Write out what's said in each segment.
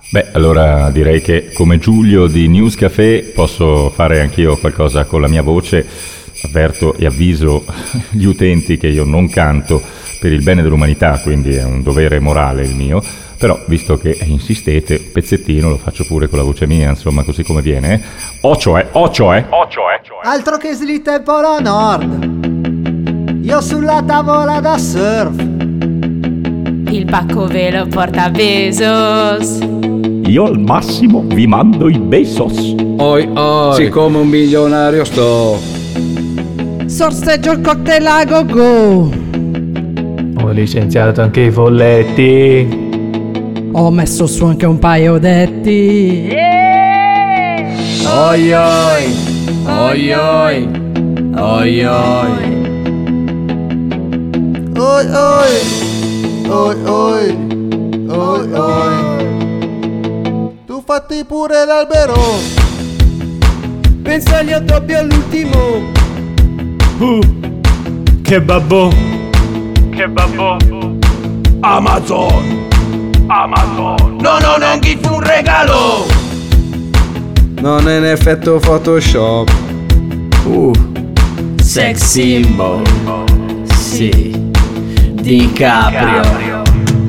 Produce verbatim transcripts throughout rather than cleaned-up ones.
Beh, allora direi che come Giulio di News Café posso fare anch'io qualcosa con la mia voce. Avverto e avviso gli utenti che io non canto per il bene dell'umanità, quindi è un dovere morale il mio, però visto che insistete, un pezzettino lo faccio pure con la voce mia, insomma, così come viene. Eh? O cioè, o cioè, o cioè, cioè. Altro che slitta e polo nord, io sulla tavola da surf. Il pacco velo porta Bezos. Io al massimo vi mando i Bezos. Oi oi, siccome un milionario sto. Sorseggio il cocktail a go go. Ho licenziato anche i folletti. Ho messo su anche un paio detti. Yeah! Oi oi, oi oi, oi oi. Oi oi, oi oi, oi oi. Tu fatti pure l'albero. Pensa agli addobbi all'ultimo. Uh, che babbo. Che babbo. Amazon, Amazon. No, no, non gli fu un regalo. Non è in effetto Photoshop. Uh, Sex symbol. Sì, DiCaprio.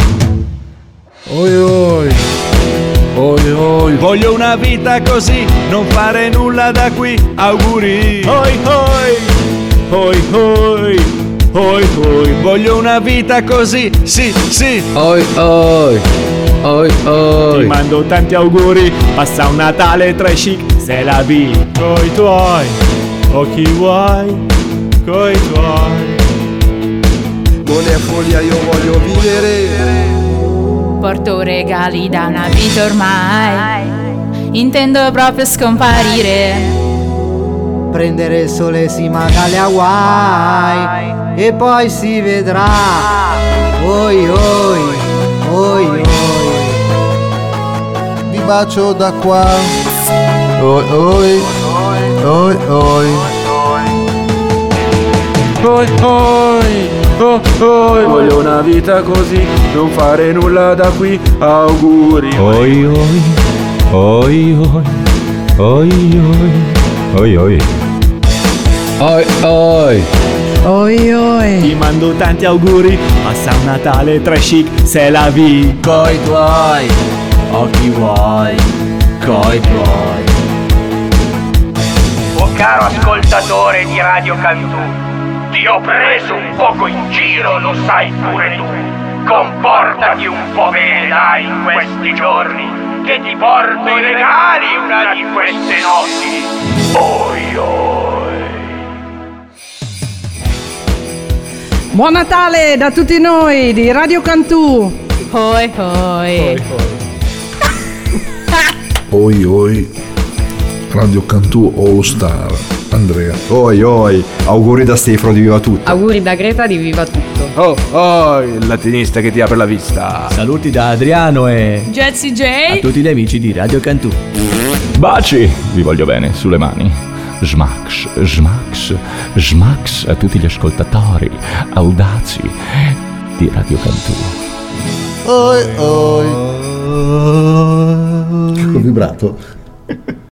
oi oi, oi oi. Voglio una vita così, non fare nulla da qui. Auguri. Oi oi. Oi oi, oi oi, voglio una vita così, sì, sì. Oi oi, oi oi. Ti mando tanti auguri, passa un Natale tra chic, se la vi coi tuoi, o chi vuoi, coi tuoi. Non è follia, io voglio vivere. Porto regali da una vita ormai, intendo proprio scomparire. Prendere il sole si manca alle Hawaii e poi si vedrà. Oi oi, oi oi. Vi bacio da qua. Oi oi, oi oi. Oi oi, oh, oi. Voglio una vita così, non fare nulla da qui. Auguri. Oi oi, oi oi, oi oi. Oi oi. Oi oi. Oi oi. Ti mando tanti auguri, passa un Natale tra chic, se la vi Coi tuoi, o chi vuoi, coi tuoi. Oh caro ascoltatore di Radio Cantù, ti ho preso un poco in giro, lo sai pure tu. Comportati un po' bene dai in questi giorni, che ti porto i regali una di queste notti. Oi oi. Buon Natale da tutti noi di Radio Cantù. Oi oi. Oi oi, Radio Cantù All Star, Andrea. Oi oi, auguri da Stefano di Viva Tutto. Auguri da Greta di Viva Tutto. Oh oh, il latinista che ti apre la vista. Saluti da Adriano e Jazzy J. a tutti gli amici di Radio Cantù. Baci, vi voglio bene, sulle mani. Smax, smax, smax a tutti gli ascoltatori audaci di Radio Cantù. Oi oi. Col vibrato.